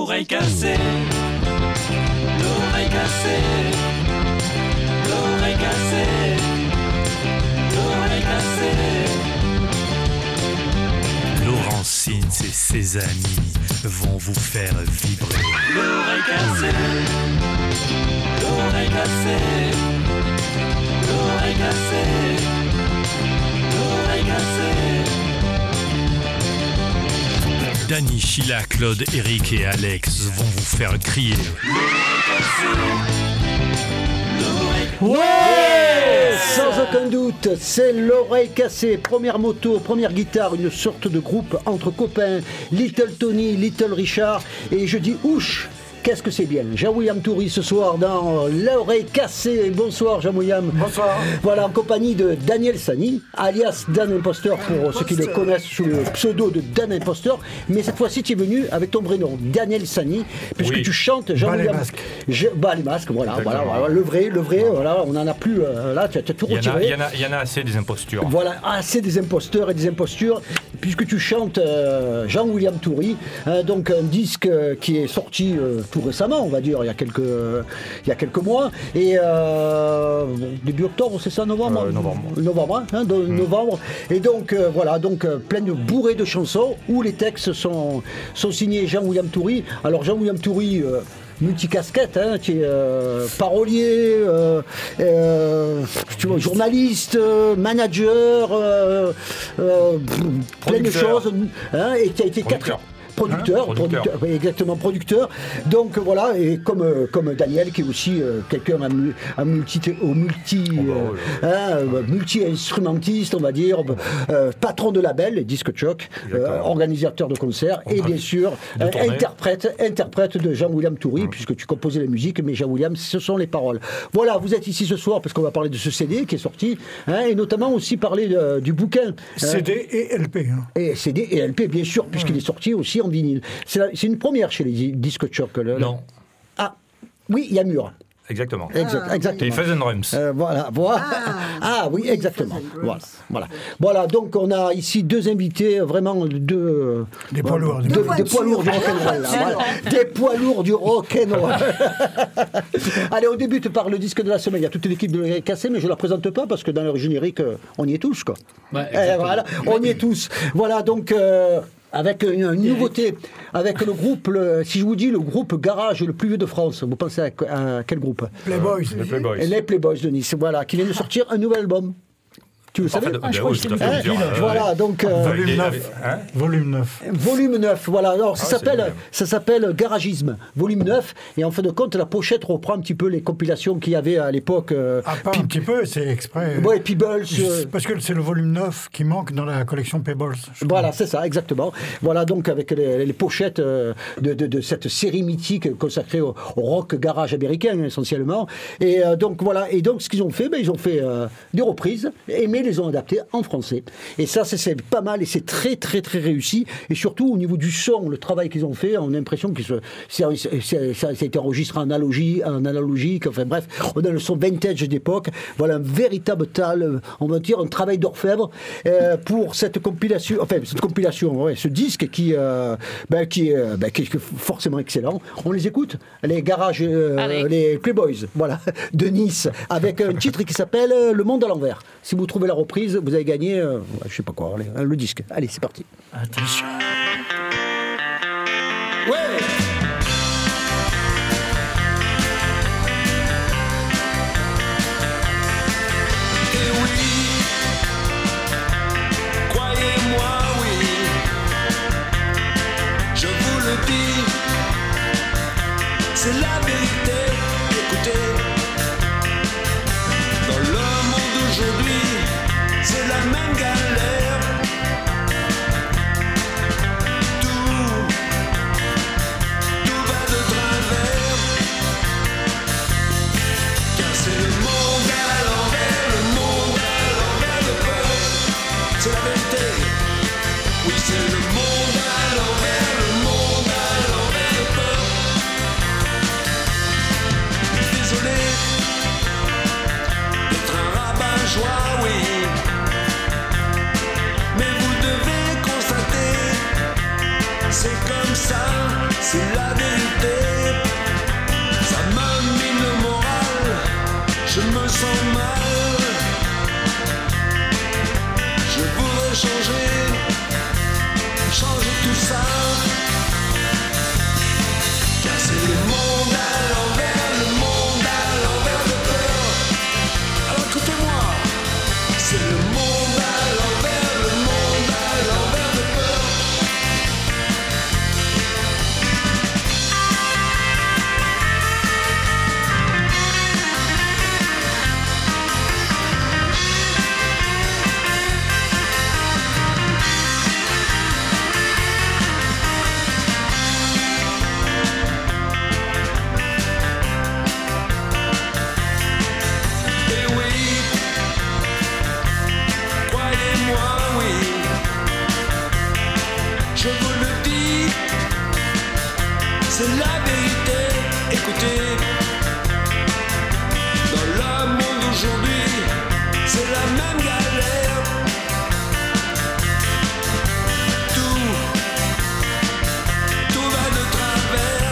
L'oreille cassée, l'oreille cassée, l'oreille cassée, l'oreille cassée. Laurentine et ses amis vont vous faire vibrer. L'oreille cassée, l'oreille cassée, l'oreille cassée, l'oreille cassée. Dany, Sheila, Claude, Eric et Alex vont vous faire crier. Ouais, sans aucun doute, c'est l'oreille cassée. Première moto, première guitare, une sorte de groupe entre copains. Little Tony, Little Richard. Et je dis ouch. Qu'est-ce que c'est bien. Jean-William Toury ce soir dans l'oreille cassée. Bonsoir Jean-William. Bonsoir. Voilà, en compagnie de Daniel Sani, alias Dan Imposteur pour ceux qui le connaissent sous le pseudo de Dan Imposteur. Mais cette fois-ci, tu es venu avec ton vrai nom, Daniel Sani, puisque tu chantes Jean-William. Bas les masques. Voilà, le vrai, voilà, on n'en a plus. Là, tu as tout retiré. Il y en a assez des impostures. Voilà, assez des imposteurs et des impostures, puisque tu chantes Jean-William Toury, donc un disque qui est sorti tout récemment, on va dire, il y a quelques mois, et début octobre, c'est ça, novembre, novembre, et donc voilà, donc plein de bourrées de chansons où les textes sont signés Jean-William Toury. Alors Jean-William Toury, multicasquette, hein, tu es parolier, tu vois, journaliste, manager, plein de choses, hein, et tu as été producteur, oui, exactement, producteur. Donc voilà, et comme Daniel, qui est aussi quelqu'un multi-instrumentiste, on va dire, patron de label, Disque Choc, organisateur de concerts, et bien sûr, interprète de Jean-William Toury, puisque tu composais la musique, mais Jean-William, ce sont les paroles. Voilà, vous êtes ici ce soir, parce qu'on va parler de ce CD qui est sorti, hein, et notamment aussi parler du bouquin. CD et LP. Hein. Et CD et LP, bien sûr, puisqu'il est sorti aussi en vinyle. C'est une première chez les Disque Choc. Non. Ah, oui, il y a Mur. Exactement. Exactement. Et Fuzz and Drums. Voilà. Ah oui, exactement. Voilà, donc on a ici deux invités, vraiment des poids lourds du rock'n'roll. Voilà. Des poids lourds du rock'n'roll. Allez, on débute par le disque de la semaine. Il y a toute l'équipe de l'oreille cassée, mais je ne la présente pas parce que dans le générique, on y est tous, quoi. Ouais, voilà, on y est tous. Voilà, donc... avec une nouveauté, avec le groupe, si je vous dis le groupe garage le plus vieux de France, vous pensez à quel groupe ? Playboys. Les Playboys de Nice, voilà, qui vient de sortir un nouvel album. Tu le savais ? Voilà, donc... Volume 9. Volume 9, voilà. Alors, ça s'appelle Garagisme, volume 9. Et en fin de compte, la pochette reprend un petit peu les compilations qu'il y avait à l'époque. Pas un petit peu, c'est exprès. Ouais, Peebles. Parce que c'est le volume 9 qui manque dans la collection Peebles. Voilà, c'est ça, exactement. Voilà, donc avec les pochettes de cette série mythique consacrée au rock garage américain, essentiellement. Et donc, voilà. Et donc, ce qu'ils ont fait, ils ont fait des reprises, mais les ont adaptés en français. Et ça, c'est pas mal et c'est très, très, très réussi. Et surtout, au niveau du son, le travail qu'ils ont fait, on a l'impression que ça a été enregistré en analogique. Enfin bref, on a le son vintage d'époque. Voilà un véritable on va dire, un travail d'orfèvre pour cette compilation, ce disque qui est forcément excellent. On les écoute, les garages, les Playboys, voilà, de Nice, avec un titre qui s'appelle Le Monde à l'envers. Si vous trouvez la reprise, vous avez gagné, je sais pas quoi, le disque. Allez, c'est parti. Attention. Ouais. Et oui, croyez-moi, oui, je vous le dis, c'est la vérité. Écoutez, dans le monde d'aujourd'hui, c'est la même galère. Tout va de travers. Car c'est le monde à l'envers de peur. C'est la vérité. Oui, c'est le monde à l'envers de peur. Désolé d'être un rabat-joie, oui. Mais vous devez constater, c'est comme ça, c'est la vérité. c'est la vérité. Écoutez, dans le monde d'aujourd'hui, c'est la même galère. Tout va de travers.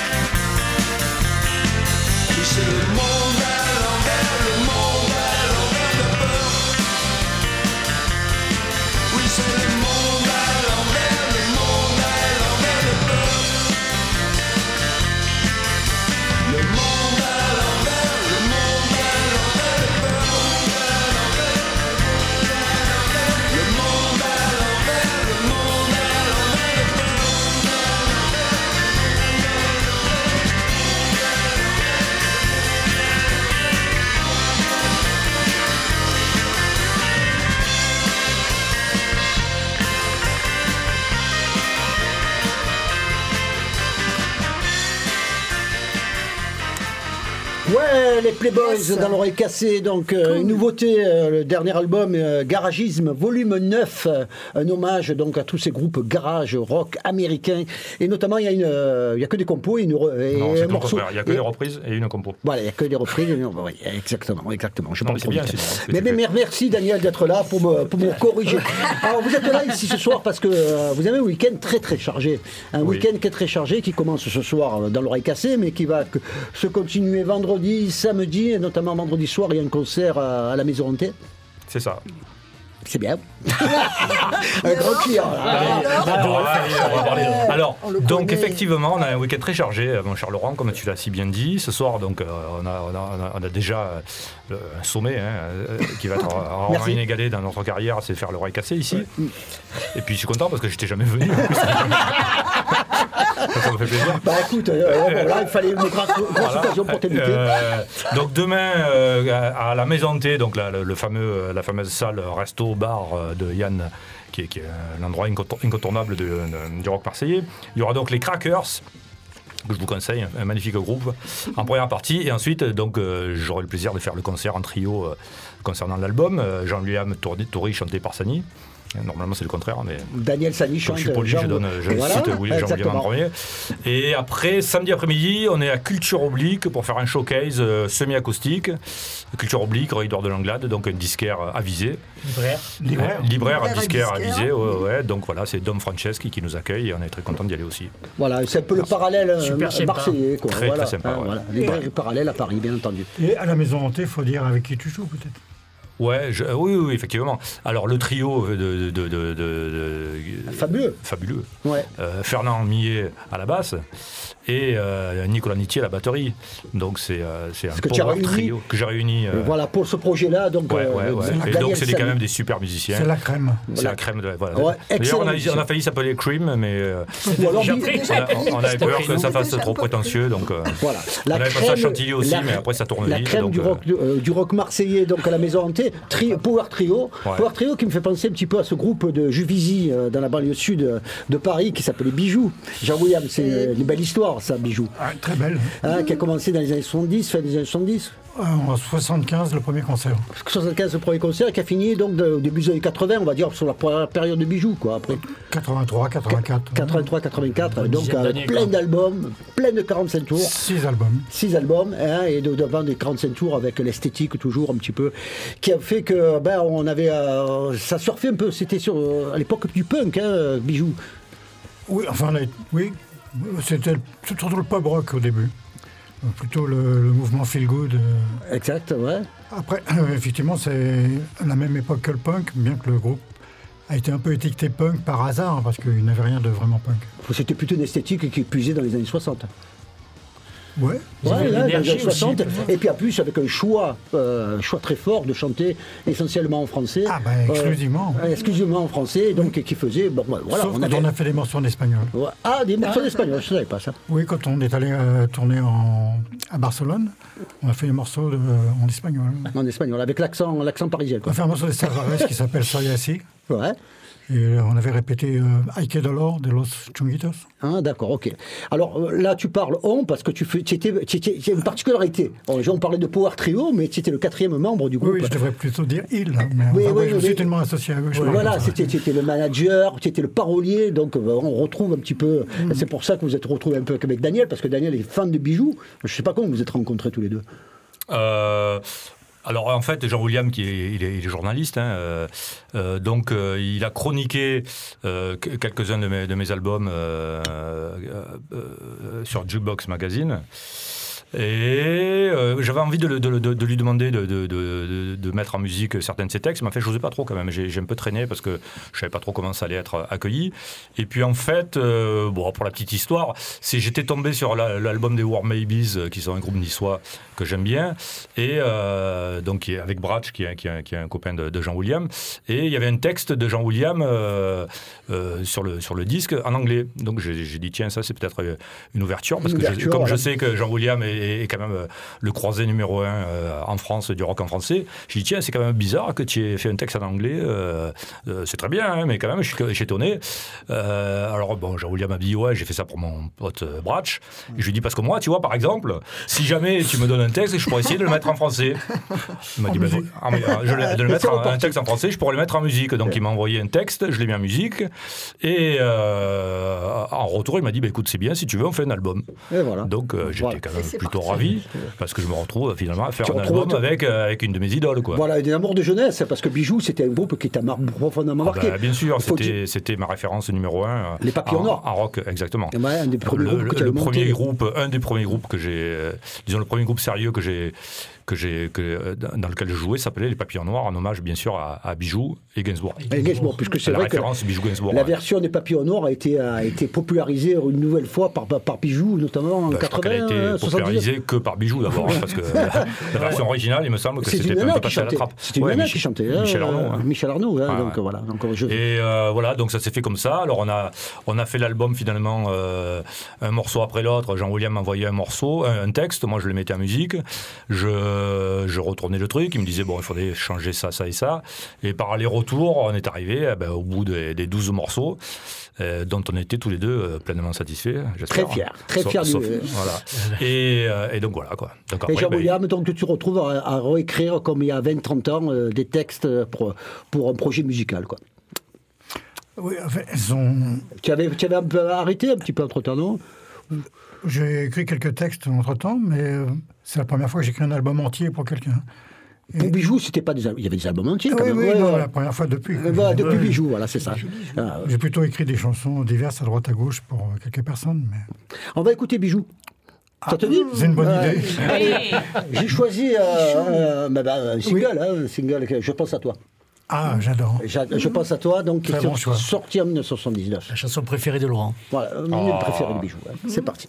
Oui, c'est le monde à l'envers, le monde à l'envers de peur. Oui, c'est le monde à l'envers, le monde à l'envers de peur. Le monde à l'envers, le monde à l'envers de peur. Le monde à l'envers, le monde à l'envers de peur. Ouais, les Playboys dans l'oreille cassée, donc une nouveauté, le dernier album Garagisme, volume 9, un hommage donc à tous ces groupes garage rock américains, et notamment il y a que des compos et, Non, c'est un tout le morceau. contraire. Il n'y a que des reprises et une compo. Voilà, il n'y a que des reprises. Oui, exactement. Je Non, parle mais c'est trop bien, vite. c'est bien. Mais merci Daniel d'être là pour me corriger. Alors vous êtes là ici ce soir parce que vous avez un week-end très très chargé. Un Oui. week-end qui est très chargé, qui commence ce soir dans l'oreille cassée, mais qui va se continuer vendredi, samedi, et notamment vendredi soir, il y a un concert à la Maison Hantée. C'est ça. C'est bien. Un grand client. Alors, On le donc connaît. effectivement, on a un week-end très chargé, mon cher Laurent, comme tu l'as si bien dit. Ce soir, donc, on a déjà un sommet qui va être rarement Merci. inégalé dans notre carrière, c'est faire l'oreille cassée ici. Et puis je suis content parce que j'étais jamais venu. En plus. Ça me fait plaisir. Bah écoute, bon, là il fallait une grosse occasion pour t'inviter. Donc demain à la Maison Hantée, donc la fameuse salle resto-bar de Yann, qui est l'endroit incontournable du rock marseillais. Il y aura donc les Crackers, que je vous conseille, un magnifique groupe, en première partie. Et ensuite, donc, j'aurai le plaisir de faire le concert en trio concernant l'album. Jean-Louis Toury chanté par Sani. Normalement, c'est le contraire, mais Daniel Sani comme chante. je suis poli, je Voilà, cite Jean-William en exactement. premier. Et après, samedi après-midi, on est à Culture Oblique pour faire un showcase semi-acoustique. Culture Oblique, Rue-Édouard de Langlade, donc un disquaire avisé. Libraire, disquaire avisé, ouais. Donc voilà, c'est Dom Franceschi qui nous accueille et on est très content d'y aller aussi. Voilà, c'est un peu le parallèle Super sympa. marseillais. Quoi. Très, voilà, très sympa, ouais. voilà. Les vrais parallèles à Paris, bien entendu. Et à la Maison Hantée, il faut dire avec qui tu joues peut-être. Ouais, oui, effectivement. Alors le trio fabuleux. Ouais. Fernand Millet à la basse et Nicolas Nitier à la batterie. Donc c'est un que tu as power réuni. trio que j'ai réuni. Voilà, pour ce projet-là. Donc, Ouais. Et Daniel donc c'est Sani. quand même des super musiciens. C'est la crème. C'est la crème de voilà. Ouais, D'ailleurs, excellent on a failli s'appeler Cream, mais Ou alors, on avait peur que ça fasse trop prétentieux. Donc voilà. on avait pensé à Chantilly aussi, mais après ça tourne la vite. crème donc, du rock marseillais, donc à la Maison Hantée, Power Trio. Ouais. Power Trio qui me fait penser un petit peu à ce groupe de Juvisy dans la banlieue sud de Paris qui s'appelait Bijoux. Jean-William, c'est une belle histoire, ça, Bijoux. Ah, très belle. Hein, qui a commencé dans les années 70, fin des années 70. En 75, le premier concert. 75, le premier concert, qui a fini donc au début des années 80, on va dire, sur la première période de Bijoux, quoi. Après 83, 84. 83, 84, Une donc dizaine avec d'années, plein quoi. d'albums, plein de 45 tours. 6 albums. 6 albums, hein, et devant des 45 tours avec l'esthétique toujours un petit peu, qui a fait que on avait ça surfait un peu, c'était à l'époque du punk, hein, Bijoux. Oui, enfin, c'était surtout le pop rock au début. Plutôt le mouvement Feel Good. Exact, ouais. Après, effectivement, c'est la même époque que le punk, bien que le groupe a été un peu étiqueté punk par hasard, parce qu'il n'avait rien de vraiment punk. C'était plutôt une esthétique qui puisait dans les années 60. Ouais. Ouais, dans les l'énergie années 60. aussi. Et puis en plus avec un choix très fort de chanter essentiellement en français. Ah, exclusivement. Exclusivement en français, donc qui faisait. Bon, voilà, Sauf quand on a fait des morceaux en espagnol. Ouais. Ah, des morceaux d'espagnol, je ne savais pas ça. Oui, quand on est allé tourner à Barcelone, on a fait des morceaux en espagnol. En espagnol, avec l'accent parisien. On Quoi. a fait un morceau de Servares qui s'appelle Soy así. Ouais. Et on avait répété Hay que dolor de Los Chunguitos. Ah, d'accord, ok. Alors là, tu parles on parce que tu as une particularité. On parlait de Power Trio, mais tu étais le 4e membre du groupe. Oui, je devrais plutôt dire il. Mais Oui, je me suis tellement associé à eux. Voilà, tu étais le manager, tu étais le parolier, donc on retrouve un petit peu. C'est pour ça que vous êtes retrouvés un peu avec Daniel, parce que Daniel est fan de bijoux. Je ne sais pas comment vous êtes rencontrés tous les deux. Alors en fait, Jean-William, il est journaliste, donc il a chroniqué quelques-uns de mes albums sur Jukebox Magazine. Et j'avais envie de lui demander de mettre en musique certains de ses textes, mais en fait je n'osais pas trop quand même, j'ai un peu traîné parce que je ne savais pas trop comment ça allait être accueilli. Et puis en fait, pour la petite histoire, j'étais tombé sur l'album des War Maybes, qui sont un groupe niçois que j'aime bien, et donc avec Bratch qui est un copain de Jean-William, et il y avait un texte de Jean-William sur le disque en anglais. Donc j'ai dit tiens, ça c'est peut-être une ouverture, parce que comme je sais que Jean-William est quand même le croisé numéro 1 en France du rock en français. Je dis tiens, c'est quand même bizarre que tu aies fait un texte en anglais. C'est très bien, hein, mais quand même, je suis étonné. Alors bon, Jean-William m'a dit ouais, j'ai fait ça pour mon pote Bratch. Et je lui dis parce que moi, tu vois, par exemple, si jamais tu me donnes un texte, je pourrais essayer de le mettre en français. Il m'a dit de le mettre un texte en français, je pourrais le mettre en musique. Donc il m'a envoyé un texte, je l'ai mis en musique. Et en retour, il m'a dit écoute, c'est bien, si tu veux, on fait un album. Et voilà. Donc j'étais quand même plutôt ravi, parce que je me retrouve finalement à faire un album avec une de mes idoles, quoi. Voilà, et des amours de jeunesse, parce que Bijoux, c'était un groupe qui t'a profondément marqué. Bien sûr, c'était ma référence numéro 1. Les Papillons Noirs. En rock, exactement. Ouais, un des premiers groupes que tu as monté. Un des premiers groupes que j'ai, disons le premier groupe sérieux dans lequel je jouais s'appelait Les Papillons Noirs, en hommage bien sûr à Bijoux et Gainsbourg. Puisque c'est vrai que la version des Papillons Noirs a été popularisée une nouvelle fois par Bijoux, notamment en 80. Elle a été popularisée que par Bijoux d'abord, parce que la version originale, il me semble que c'était un peu passé à la trappe. C'était une nana qui chantait. Michel Arnaud. Michel Arnaud, donc voilà. Et voilà, donc ça s'est fait comme ça. Alors on a fait l'album finalement un morceau après l'autre. Jean-William m'envoyait un morceau, un texte, moi je le mettais en musique. Je retournais le truc, il me disait bon, il faudrait changer ça, ça et ça. Et par aller-retour, on est arrivé au bout des 12 morceaux, dont on était tous les deux pleinement satisfaits, j'espère. Très fiers voilà. Et donc voilà, quoi. Donc, après, et Jean-William, donc tu te retrouves à réécrire, comme il y a 20-30 ans, des textes pour un projet musical, quoi. Oui, enfin, Tu avais un peu arrêté un petit peu entre-temps, non ? J'ai écrit quelques textes entre-temps, mais c'est la première fois que j'écris un album entier pour quelqu'un. Pour Bijoux, c'était pas des albums. Il y avait des albums entiers quand même. Oui, la première fois depuis. Depuis Bijoux, voilà, c'est ça. J'ai plutôt écrit des chansons diverses à droite à gauche pour quelques personnes. Mais... On va écouter Bijoux. Ça te dit ? C'est une bonne idée. Allez, j'ai choisi un single, Je pense à toi. Ah, j'adore. Je pense à toi, donc qui est sorti en 1979. La chanson préférée de Laurent. Voilà, une préférée de Bijoux. C'est parti.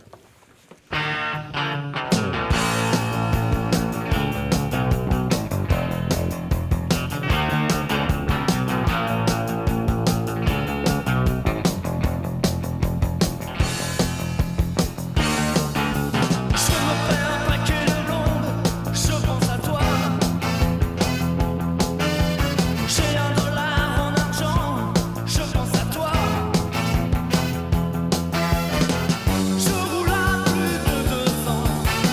Je roule à plus de 200.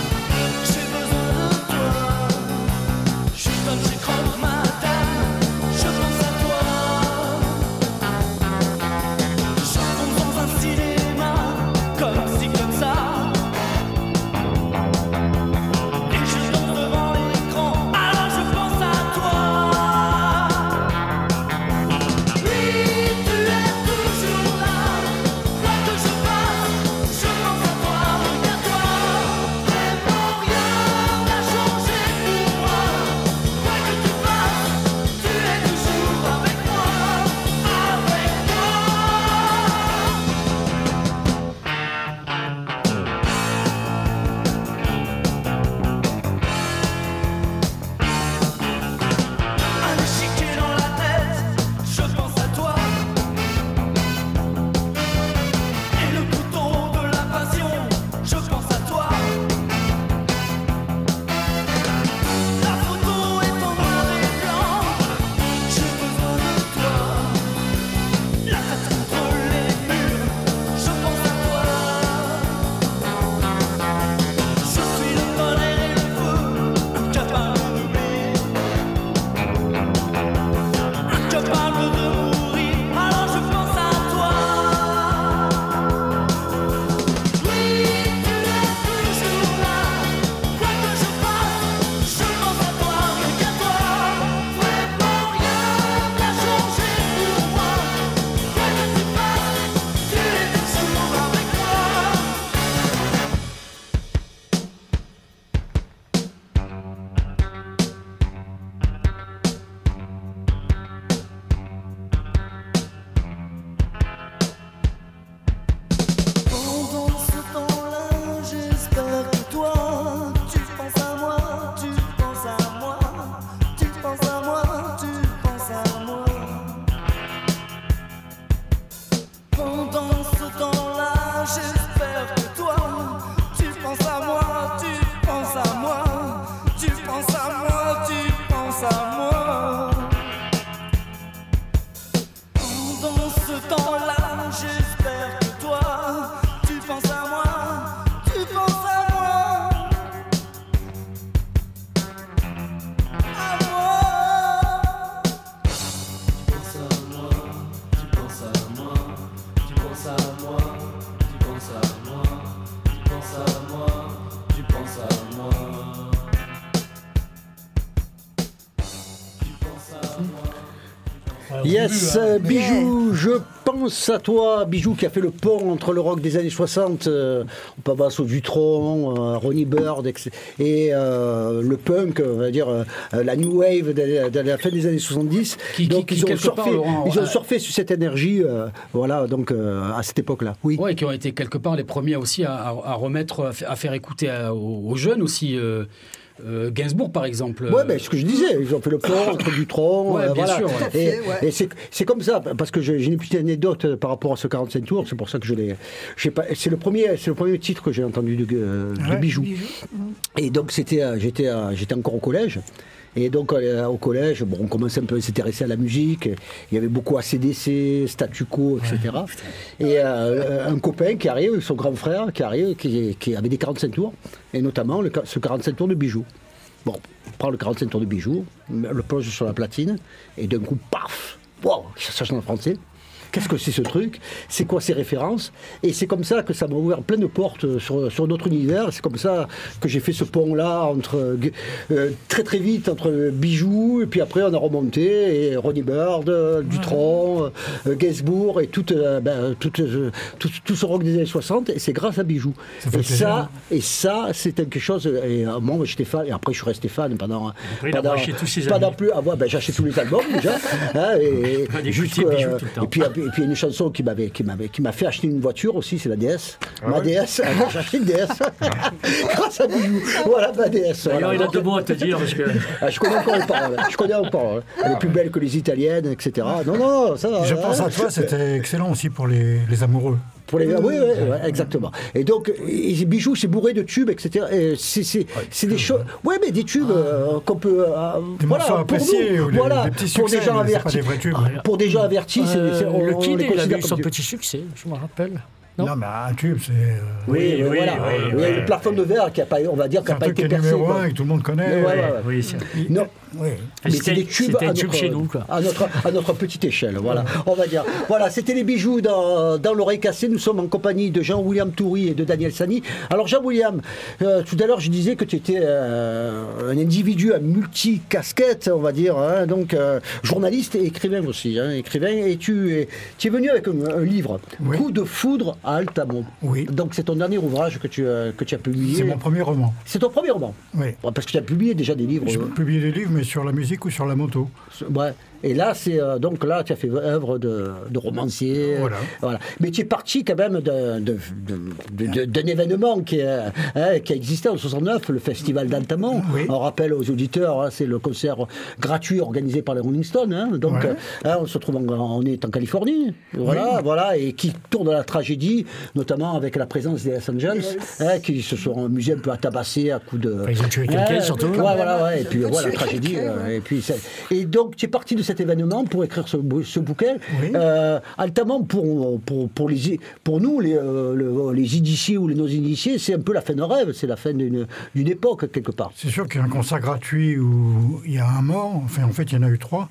Yes, Bijou, je pense à toi. Bijou qui a fait le pont entre le rock des années 60, on peut passer au Dutronc, Ronnie Bird, et le punk, on va dire la new wave de la fin des années 70. Donc ils ont surfé sur cette énergie, voilà, donc à cette époque-là. Oui. Ouais, qui ont été quelque part les premiers aussi à remettre, à faire écouter aux jeunes aussi. Gainsbourg, par exemple. Ouais, ben, ce que je disais, ils ont fait le pont entre Dutronc. Ouais, bien voilà. sûr. Ouais. Et c'est comme ça, parce que j'ai une petite anecdote par rapport à ce 45 tours, c'est pour ça que je l'ai. C'est le premier titre que j'ai entendu de Bijou. Et donc j'étais encore au collège. Et donc au collège, bon, on commençait un peu à s'intéresser à la musique. Il y avait beaucoup AC/DC, Statu Quo, etc. Et un copain qui arrive, son grand frère qui arrive, qui avait des 45 tours, et notamment ce 45 tours de Bijou. Bon, on prend le 45 tours de Bijou, le plonge sur la platine, et d'un coup, paf, wow, ça change en français. Qu'est-ce que c'est ce truc? C'est quoi ces références? Et c'est comme ça que ça m'a ouvert plein de portes sur notre univers. C'est comme ça que j'ai fait ce pont-là entre très très vite entre Bijou, et puis après on a remonté, et Ronnie Bird, Dutronc, Gainsbourg, et tout ce rock des années 60, et c'est grâce à Bijou. Et ça, c'est quelque chose. Et moi, j'étais fan, et après je suis resté fan pendant. Après, il a acheté tous ses albums. J'ai acheté tous les albums déjà. Et puis une chanson qui m'a fait acheter une voiture aussi, c'est la DS. Ma DS, j'ai acheté une DS. Grâce à Bijou. Voilà, ma DS. Alors, il a deux mots à te dire. Parce que... je connais encore les paroles. Elle est plus belle que les italiennes, etc. Non, ça va. Je pense à toi, c'était excellent aussi pour les amoureux. Oui, exactement. Et donc, Bijou, c'est bourré de tubes, etc. Et c'est des choses. Oui, mais des tubes qu'on peut. Des morceaux appréciés, ou des petits succès, pour des gens avertis. Pas des vrais tubes. Pour des gens avertis, le Kid, il a eu son tube. petit succès, je me rappelle. Non, mais un tube, c'est. Oui, le plafond de verre qui a pas, on va dire, qui n'a pas été percé. C'est un truc numéro 1 et que tout le monde connaît. Oui, c'est... Non. Oui. Mais c'est des tubes chez nous, quoi. À notre petite échelle, voilà. On va dire. Voilà, c'était les Bijoux dans l'oreille cassée. Nous sommes en compagnie de Jean-William Toury et de Daniel Sani. Alors Jean-William, tout à l'heure je disais que tu étais un individu à multi-casquette, on va dire, hein, donc journaliste et écrivain aussi, et tu es venu avec un livre, oui. Coup de foudre à Altamont. Oui. Donc c'est ton dernier ouvrage que tu as publié. C'est mon premier roman. C'est ton premier roman. Oui. Parce que tu as publié déjà des livres. J'ai publié des livres, mais sur la musique ou sur la moto. Ouais. Et là, donc là, tu as fait œuvre de romancier. Voilà. Mais tu es parti quand même d'un événement qui a existé en 69, le festival d'Altamont. Oui. On rappelle aux auditeurs, c'est le concert gratuit organisé par les Rolling Stones. Donc, on se trouve, on est en Californie. Voilà, et qui tourne à la tragédie, notamment avec la présence des Hells Angels, qui se sont amusés un peu à tabasser à coups de. Ils ont tué quelqu'un surtout. Et puis voilà, la tragédie. Et donc, tu es parti de cet événement pour écrire ce bouquin. Oui. Altamont, pour nous, les initiés ou les non-initiés, c'est un peu la fin d'un rêve, c'est la fin d'une époque, quelque part. C'est sûr qu'il y a un concert gratuit où il y a un mort, enfin, en fait, il y en a eu 3.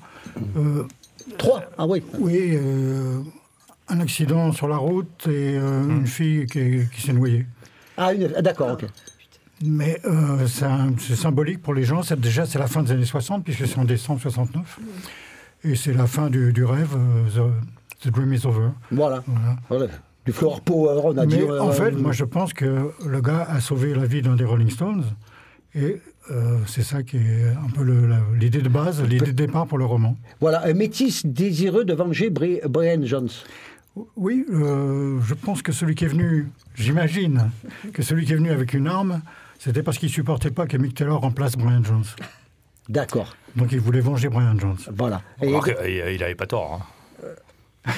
3 Ah oui. Oui, un accident sur la route et une fille qui s'est noyée. D'accord, ok. Mais c'est symbolique pour les gens. C'est la fin des années 60, puisque c'est en décembre 69. Et c'est la fin du rêve, The Dream is Over. Voilà. Du floor power, on a dit. Mais en fait, moi je pense que le gars a sauvé la vie d'un des Rolling Stones. Et c'est ça qui est un peu l'idée de base, l'idée de départ pour le roman. Voilà, un métis désireux de venger Brian Jones. Oui, je pense que celui qui est venu, j'imagine, que celui qui est venu avec une arme, c'était parce qu'il ne supportait pas que Mick Taylor remplace Brian Jones. D'accord. Donc il voulait venger Brian Jones. Voilà. Il n'avait pas tort. Il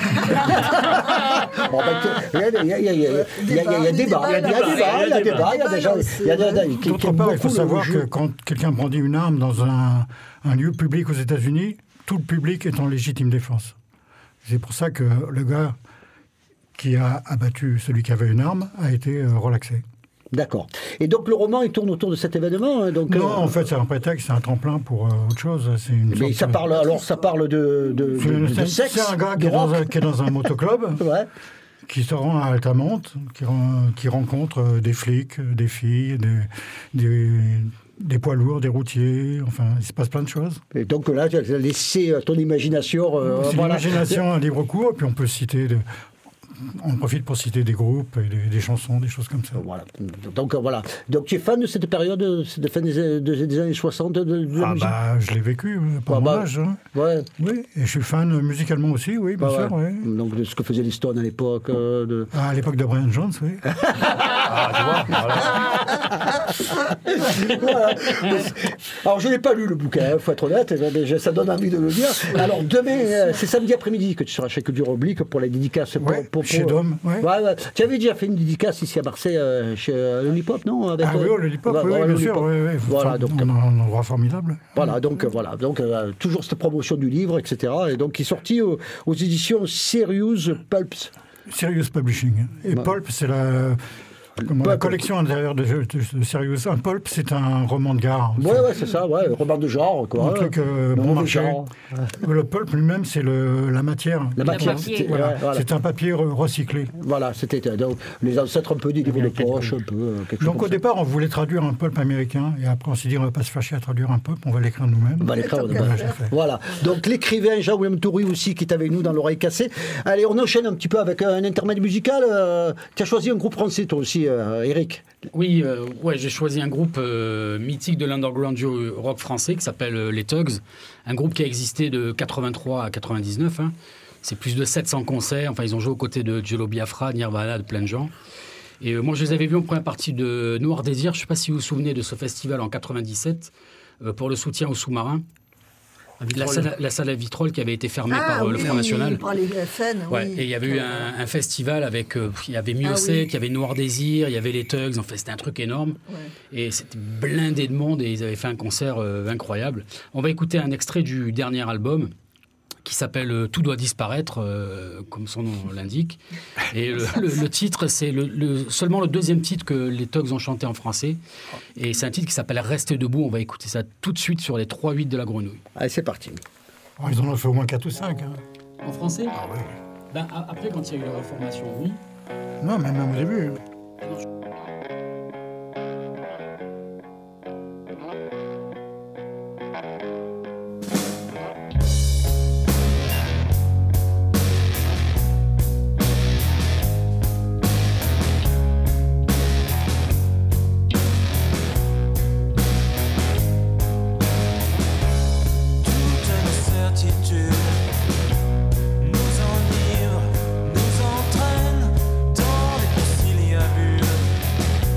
y a débat. D'autre part, il faut savoir que quand quelqu'un brandit une arme dans un lieu public aux États-Unis, tout le public est en légitime défense. C'est pour ça que le gars qui a abattu celui qui avait une arme a été relaxé. D'accord. Et donc le roman, il tourne autour de cet événement. Donc, non, en fait, c'est un prétexte, c'est un tremplin pour autre chose. Mais ça parle de sexe. C'est un gars qui est dans un motoclub, qui se rend à Altamont, qui rencontre des flics, des filles, des poids lourds, des routiers, enfin, il se passe plein de choses. Et donc là, tu as laissé ton imagination... C'est l'imagination à libre cours, et puis on peut citer... On profite pour citer des groupes, et des chansons, des choses comme ça. Voilà. Donc voilà. Donc tu es fan de cette période de fin des années 60 de la musique? Je l'ai vécu, par mon âge. Hein. Ouais. Oui, et je suis fan musicalement aussi, oui, bien sûr. Ouais. Oui. Donc de ce que faisaient les Stones à l'époque. À l'époque de Brian Jones, oui. Tu vois, Voilà. Alors je n'ai pas lu le bouquin, il faut être honnête, mais ça donne envie de le lire. Alors demain, c'est samedi après-midi que tu seras chez Culture Oblique pour la dédicace. Chez Dôme, ouais. Ouais. Tu avais déjà fait une dédicace ici à Marseille, chez Lollipop, non? Avec, oui, Lollipop, oui, bien sûr. Oui. Voilà, donc, un endroit formidable. Voilà, donc toujours cette promotion du livre, etc. Et donc, il est sorti aux éditions Serious Pulps. Serious Publishing. Et Pulp, c'est la collection intérieure de Serious. Un pulp, c'est un roman de gare. Ouais, c'est ça, roman de genre, quoi. Un truc bon marché. Genre. Le pulp lui-même, c'est la matière. La matière, voilà. C'est un papier recyclé. Voilà, c'était donc, les ancêtres un peu des livres de poche, un peu. Donc au départ, on voulait traduire un pulp américain, et après on s'est dit, on va pas se fâcher à traduire un pulp, on va l'écrire nous-mêmes. On va l'écrire nous-mêmes. Voilà. Donc l'écrivain Jean-William Toury aussi, qui est avec nous dans l'oreille cassée. Allez, on enchaîne un petit peu avec un intermède musical. Tu as choisi un groupe français, toi aussi, Eric. Oui, j'ai choisi un groupe mythique de l'underground rock français qui s'appelle les Tugs, un groupe qui a existé de 83 à 99. Hein. C'est plus de 700 concerts. Enfin, ils ont joué aux côtés de Jello Biafra, Nirvana, de plein de gens. Et moi, je les avais vus en première partie de Noir Désir. Je ne sais pas si vous vous souvenez de ce festival en 97 pour le soutien aux sous-marins. La salle à Vitrolles qui avait été fermée par le Front National. Par les FN, et il y avait eu un festival avec... il y avait Miocet, il y avait Noir Désir, il y avait les Tugs. En fait, c'était un truc énorme. Ouais. Et c'était blindé de monde et ils avaient fait un concert incroyable. On va écouter un extrait du dernier album qui s'appelle « Tout doit disparaître », comme son nom l'indique. Et le titre, c'est seulement le deuxième titre que les Tugs ont chanté en français. Et c'est un titre qui s'appelle « Restez debout ». On va écouter ça tout de suite sur les 3-8 de la Grenouille. Allez, c'est parti. Oh, ils en ont fait au moins 4 ou 5. Hein. En français? Ah oui. Après, quand il y a eu la Réformation, oui. Non, mais même au début. Nous entraîne dans les conciliabules.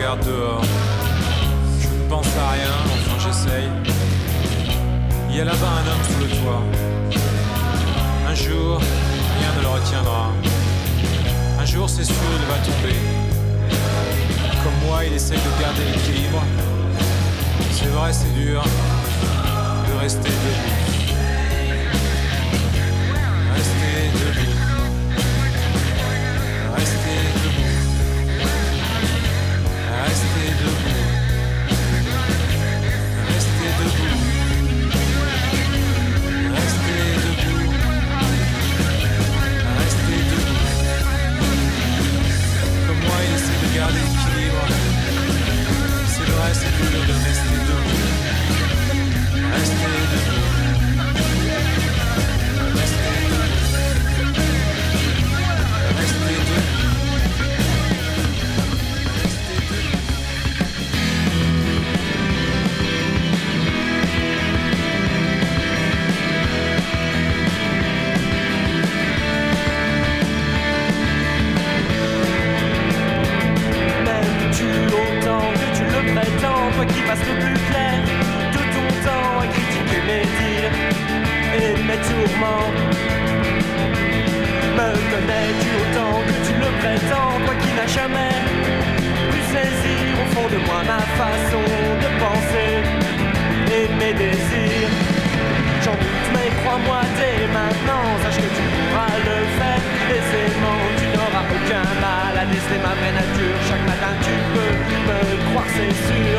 regarde dehors. Je ne pense à rien, enfin j'essaye. Il y a là-bas un homme sous le toit. Un jour, rien ne le retiendra. Un jour, c'est sûr, il va tomber. Comme moi, il essaye de garder l'équilibre. C'est vrai, c'est dur de rester debout. Rester debout. Rester debout. Rester debout. Rester debout. Rester debout. Rester debout. Comme moi, il essaie de garder l'équilibre. C'est vrai, c'est dur de rester debout. Rester debout. Rester debout. Rester debout. M'aimes-tu autant que tu le prétends, toi qui passes le plus clair de ton temps à critiquer mes dires et mes tourments? Me connais-tu autant que tu le prétends, toi qui n'as jamais pu saisir au fond de moi ma façon de penser et mes désirs? J'en doute, mais crois-moi dès maintenant, sache que tu pourras le faire aisément. Tu n'auras aucun mal à déceler ma vraie nature. Chaque matin tu peux me croire, c'est sûr.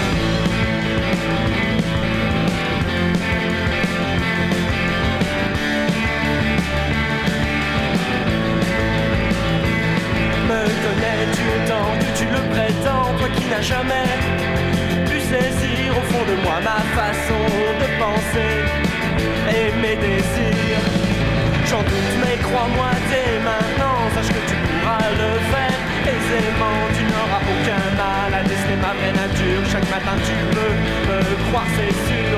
Me connais-tu autant que tu le prétends, toi qui n'as jamais pu saisir au fond de moi ma façon de penser et mes désirs? J'en doute, mais crois-moi dès maintenant, sache que tu pourras le faire aisément. Tu n'auras aucun mal à déceler ma vraie nature. Chaque matin tu peux me croire, c'est sûr.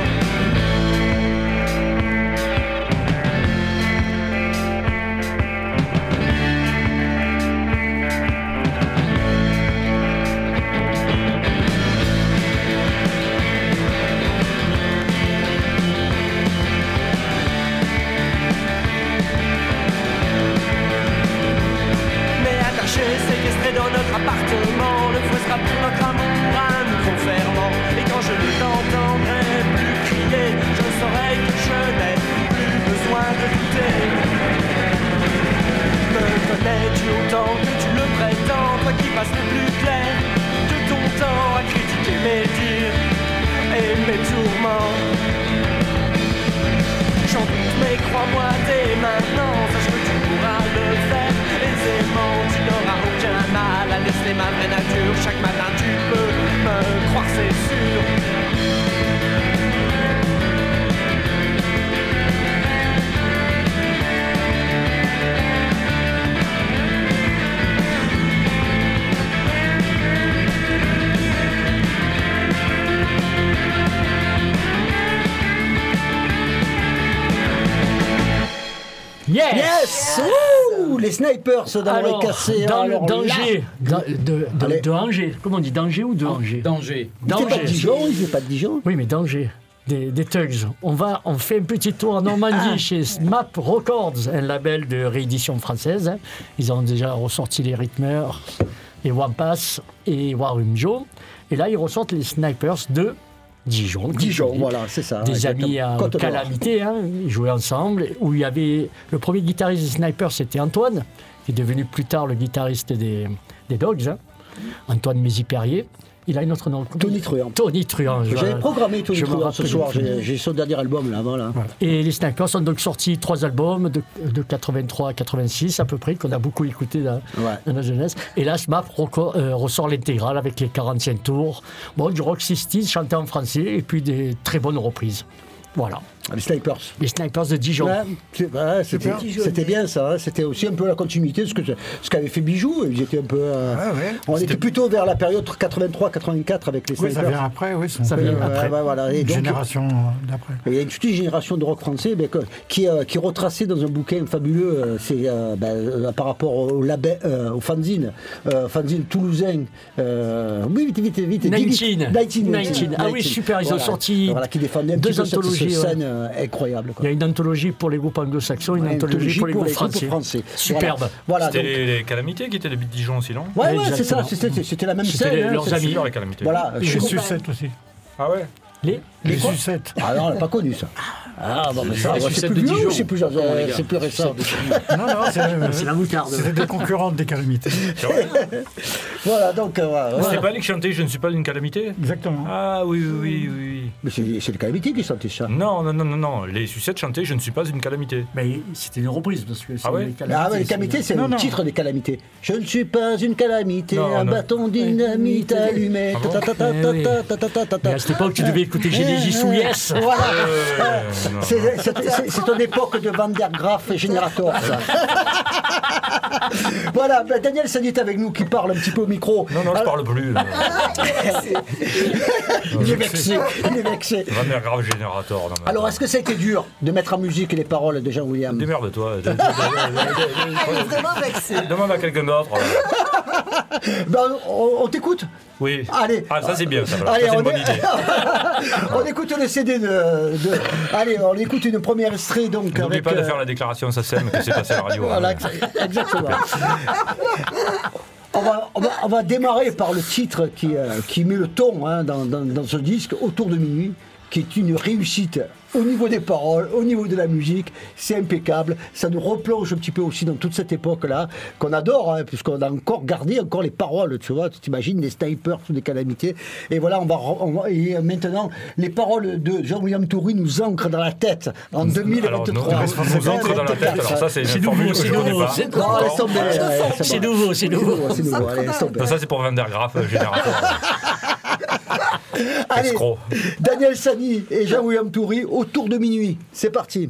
Séquestré dans notre appartement, le feu sera pour notre amour un nouveau ferment. Et quand je ne t'entendrai plus crier, je saurai que je n'ai plus besoin de lutter. Me connais-tu autant que tu le prétends, toi qui passes le plus clair de ton temps à critiquer mes dires et mes tourments? J'en doute, mais crois-moi dès maintenant, sache que tu pourras le faire aisément. Tu n'auras aucun mal à déceler ma vraie nature. Chaque matin tu peux me croire, c'est sûr. Yes, ouh, les snipers dans l'oreille cassée. Dans Alors le danger là, de Angers. Comment on dit, d'Angers ou de Angers? Danger. il fait pas de Dijon, il fait pas de Dijon. Oui, mais danger. Des thugs. On fait un petit tour en Normandie chez Smap Records, un label de réédition française. Hein. Ils ont déjà ressorti les Rhythmers, et Wampas et Warum Joe. Et là, ils ressortent les Snipers de Dijon. Dijon, voilà, c'est ça. Des exactement. amis à Côte d'Or. calamité, hein, ils jouaient ensemble. Où il y avait le premier guitariste des Snipers, c'était Antoine, qui est devenu plus tard le guitariste des Dogs. Hein. Antoine Mézy-Perrier. Il a un autre nom. Tony Truant. Tony Truant. J'avais programmé Tony je me Truant ce rappelle soir. plus. J'ai son dernier album là, voilà. Voilà. Et les Snipers ont donc sorti 3 albums de 83 à 86 à peu près, qu'on a beaucoup écouté dans la jeunesse. Et là, SMAP ressort l'intégrale avec les 45 tours. Bon, du rock 60s chanté en français et puis des très bonnes reprises. Voilà. Les Snipers. Les Snipers de Dijon. C'était bien ça. Hein. C'était aussi un peu la continuité de ce qu'avait fait Bijou. Ils étaient un peu. On était plutôt vers la période 83-84 avec les Snipers. Ça vient après, oui. Ça vient après. Voilà. Et donc, génération d'après. Il y a toute une génération de rock français qui retraçait dans un bouquin fabuleux par rapport au label, au fanzine toulousain. Oui, vite. 19. Ah oui, super. Ils ont sorti qui défendaient un deux petit peu anthologies. cette scène incroyable. Quoi. Il y a une anthologie pour les groupes anglo-saxons, une anthologie pour les groupes français. Superbe. Voilà, c'était les Calamités qui étaient de Dijon aussi, non? Ouais, c'est ça. C'était la même scène. C'était leurs amis. Les Calamités. Voilà. Les Sucettes aussi. Ah ouais. Les Sucettes. Ah non, on n'a pas connu ça. Ah bon, mais ça, c'est plus vieux ou c'est plus récent? Non, c'est la moutarde. C'était des concurrentes des Calamités. Voilà, donc. C'est pas lui qui chantait Je ne suis pas une calamité? Exactement. Ah oui. Mais c'est les Calamités qui chantaient ça. Non. Les Sucettes chantaient Je ne suis pas une calamité. Mais c'était une reprise parce que c'est ouais. Les Calamités, c'est le titre des Calamités. Je ne suis pas une calamité, un bâton dynamite allumé. Mais à cette époque, tu devais écouter Genesis ou Yes. Voilà. C'est ton époque de Van der Graaf et Generator, ça. Voilà, Daniel Sani est avec nous qui parle un petit peu au micro. Non, je parle plus. Il est vexé. Van der Graaf Generator. Alors, est-ce que ça a été dur de mettre en musique les paroles de Jean William? Démerde-toi. Vraiment vexé. Demande à quelqu'un d'autre. On t'écoute? Oui. Allez. Ah, ça c'est bien, ça. Allez, c'est une bonne idée. On écoute le CD Allez, on écoute une première extrait donc. N'oublie pas de faire la déclaration SACEM que c'est passé à la radio. Voilà, exactement. On va démarrer par le titre qui met le ton dans ce disque, Autour de minuit, qui est une réussite au niveau des paroles, au niveau de la musique, c'est impeccable. Ça nous replonge un petit peu aussi dans toute cette époque-là, qu'on adore, puisqu'on a encore gardé les paroles, tu vois. Tu t'imagines les Snipers ou des Calamités. Et voilà, et maintenant, les paroles de Jean-William Toury nous ancrent dans la tête en 2023. Alors, nous ancrent dans la tête, alors ça, c'est une formule que je ne connais pas. C'est nouveau. Allez, laisse tomber. Ça, c'est pour Van der Graaf, Générateur. Allez, Daniel Sani et Jean-William Toury, Autour de minuit. C'est parti.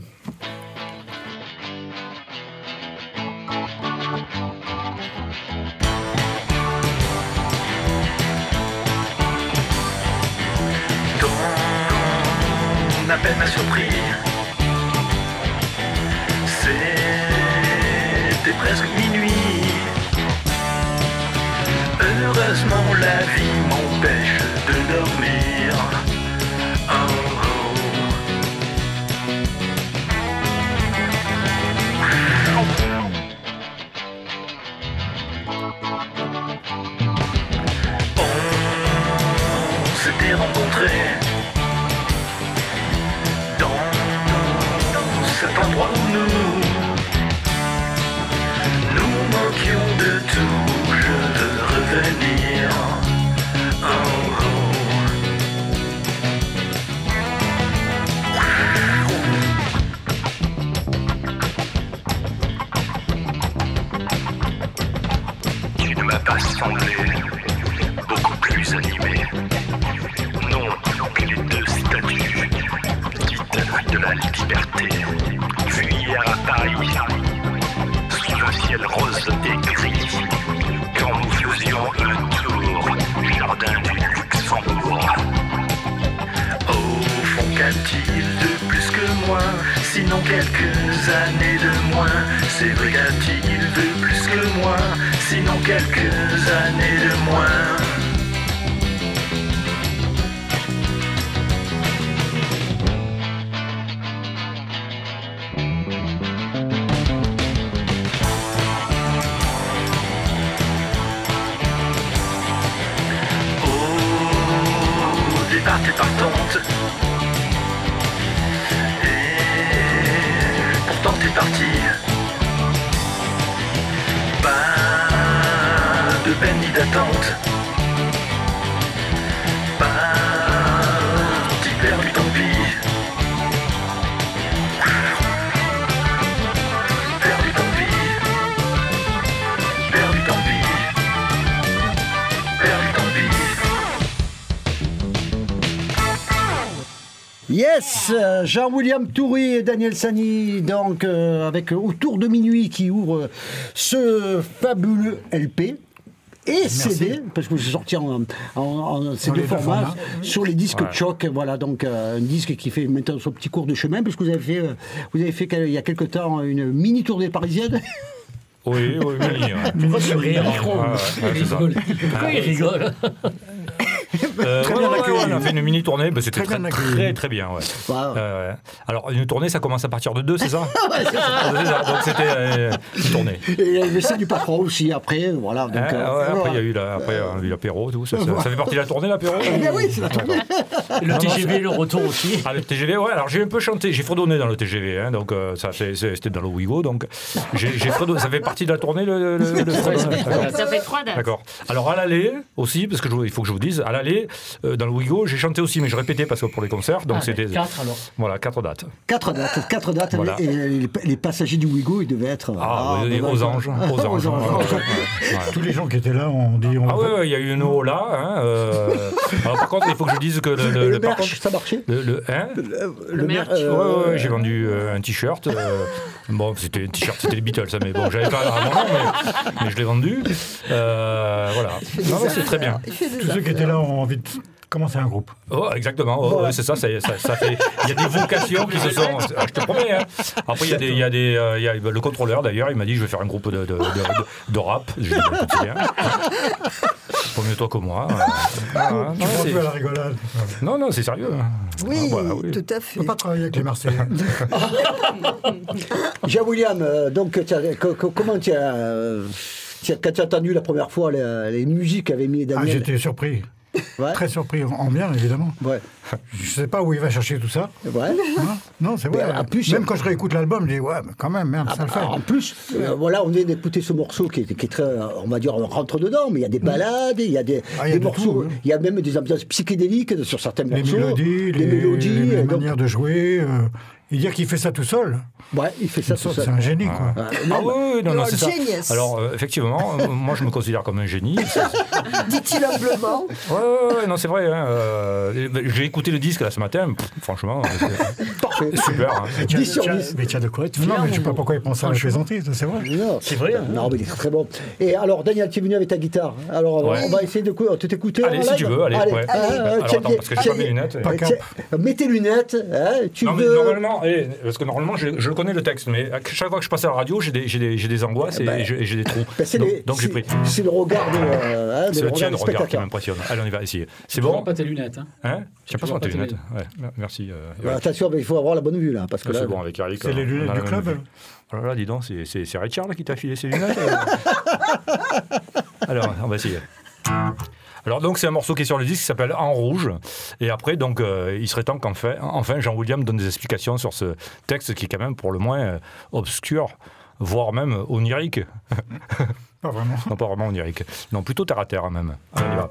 Ton appel m'a surpris. C'était presque minuit. Heureusement la vie m'empêche de dormir. On s'était rencontrés dans cet endroit où nous manquions de tout. Je veux revenir. Tu ne m'as pas semblé beaucoup plus animé. Non, que les deux statues titans de la liberté, vues hier à Paris, sous un ciel rose et gris, quand nous faisions un tour du jardin du Luxembourg. Au fond, qu'a-t-il de plus que moi, sinon quelques années de moins? C'est vrai, qu'a-t-il de plus que moi, sinon quelques années de moins? Au départ, t'es partante. Et pourtant, t'es parti. Pas de peine ni d'attente. Parti perdu, tant pis. Perdu, tant pis. Perdu, tant pis. Perdu, tant pis. Yes, Jean-William Toury et Daniel Sani, donc avec Autour de minuit qui ouvre ce fabuleux LP. Et CD, parce que vous sorti en ces deux formats, sur les disques Choc. Voilà, donc un disque qui fait maintenant son petit cours de chemin, puisque vous avez fait il y a quelque temps une mini tournée parisienne. Oui, mini. Pourquoi il rigole? Très bien accueilli. On a fait une mini tournée, c'était très bien. Ouais. Wow. Alors une tournée, ça commence à partir de 2, c'est ça? Ouais, c'est ça. Donc c'était une tournée. Et il y avait ça du patron aussi après, voilà. Donc, après il y a eu l'apéro, tout ça fait partie de la tournée, l'apéro. Oui, c'est la tournée. Le TGV, le retour aussi. Le TGV, ouais. Alors j'ai un peu chanté, j'ai fredonné dans le TGV, hein, donc c'était dans le Ouigo, donc j'ai fredonné. Ça fait partie de la tournée, le fredonnage. Ça fait 3 dates. D'accord. Alors à l'aller aussi, parce que il faut que je vous dise, à l'aller, dans le Ouigo, j'ai chanté aussi, mais je répétais parce que pour les concerts, donc c'était 4 alors. Voilà, 4 dates. 4 dates. Voilà. Et les passagers du Ouigo, ils devaient être aux anges. Tous les gens qui étaient là ont dit. Il y a eu une eau là. Alors par contre, il faut que je dise que le merch, ça marchait. Le merch. Ouais, j'ai vendu un t-shirt. Bon, c'était un t-shirt, c'était les Beatles, mais bon, j'avais pas à mon nom, mais je l'ai vendu. Voilà. Non, c'est très bien. Tous ceux qui étaient là ont envie de commencer un groupe. Oh, exactement. C'est ça fait. Il y a des vocations qui se sont. Je te promets. Hein. Après, il y a le contrôleur d'ailleurs. Il m'a dit je vais faire un groupe de rap. Je dis c'est bien. Faut mieux toi que moi. Tu prends un peu à la rigolade. Non, c'est sérieux. Oui, tout à fait. On ne peut pas travailler avec les Marseillais. Jean-William, donc comment tu as quand tu as entendu la première fois les musiques qu'avait mis Daniel? J'étais surpris. Ouais. Très surpris, en bien évidemment. Ouais. Je ne sais pas où il va chercher tout ça. Ouais. Non, c'est vrai. En plus, même quand je réécoute l'album, je dis ouais, mais quand même, merde, ça le fait. En plus, voilà, on vient d'écouter ce morceau qui est très, on va dire, on rentre dedans, mais il y a des balades, il y a des morceaux, tout, il y a même des ambiances psychédéliques sur certains morceaux. Les mélodies, les manières de jouer. Et dire qu'il fait ça tout seul. Ouais, il fait ça tout seul. C'est un génie, quoi. Non, c'est ça. Alors, effectivement, moi, je me considère comme un génie. Dit-il humblement. Ouais, non, c'est vrai. Hein, j'ai écouté le disque là ce matin. Franchement, parfait. Super. Hein. Mais tu as de quoi être fier. Non, mais je ne sais pas pourquoi il pense à la plaisanterie, c'est vrai. C'est vrai. Non, mais il est très bon. Et alors, Daniel, tu es venu avec ta guitare. Alors, on va essayer de t'écouter. Allez, si tu veux. Allez. Alors, attends, parce que j'ai pas mes lunettes. Mets tes lunettes. Tu veux. Normalement, parce que normalement, je le connais le texte, mais chaque fois que je passe à la radio, j'ai des angoisses et j'ai des trous. Donc j'ai pris. C'est le regard c'est le tien de regard qui m'impressionne. Allez, on y va essayer. C'est bon? Pas tes lunettes. J'ai pas tes lunettes. Ouais, merci. Attention, il faut avoir la bonne vue là, parce que là. C'est bon avec Eric. C'est les lunettes du club. Oh là là, dis donc, c'est Richard là qui t'a filé ses lunettes. Alors, on va essayer. Alors donc c'est un morceau qui est sur le disque qui s'appelle En Rouge et après donc il serait temps qu'enfin Jean-William donne des explications sur ce texte qui est quand même pour le moins obscur, voire même onirique. Pas vraiment. Non, pas vraiment onirique. Non, plutôt terre à terre même. Allez, on y va.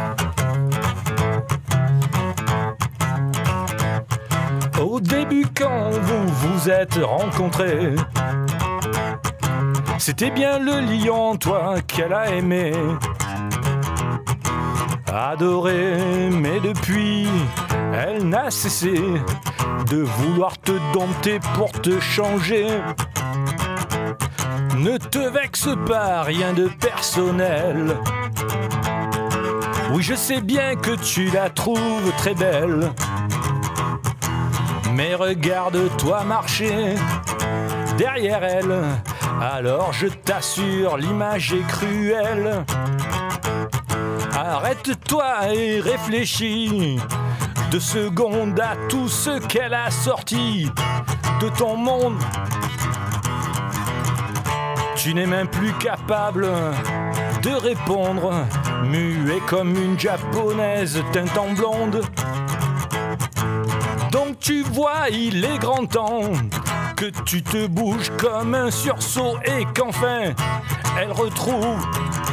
Au début quand vous vous êtes rencontrés, c'était bien le lion en toi qu'elle a aimé, adoré, mais depuis, elle n'a cessé de vouloir te dompter pour te changer. Ne te vexe pas, rien de personnel. Oui, je sais bien que tu la trouves très belle, mais regarde-toi marcher derrière elle, alors je t'assure, l'image est cruelle. Arrête-toi et réfléchis 2 secondes à tout ce qu'elle a sorti de ton monde. Tu n'es même plus capable de répondre, muet comme une japonaise teinte en blonde. Donc tu vois, il est grand temps que tu te bouges comme un sursaut et qu'enfin elle retrouve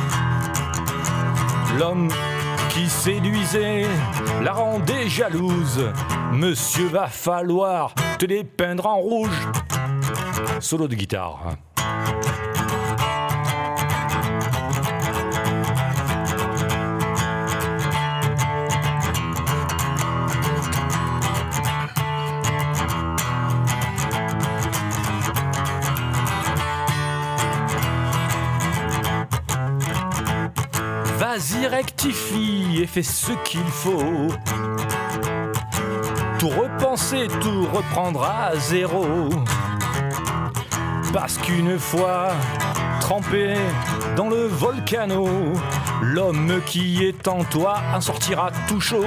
l'homme qui séduisait, la rendait jalouse. Monsieur, va falloir te les peindre en rouge. Solo de guitare. rectifie et fais ce qu'il faut. Tout repenser, tout reprendra à zéro. Parce qu'une fois trempé dans le volcano, l'homme qui est en toi en sortira tout chaud.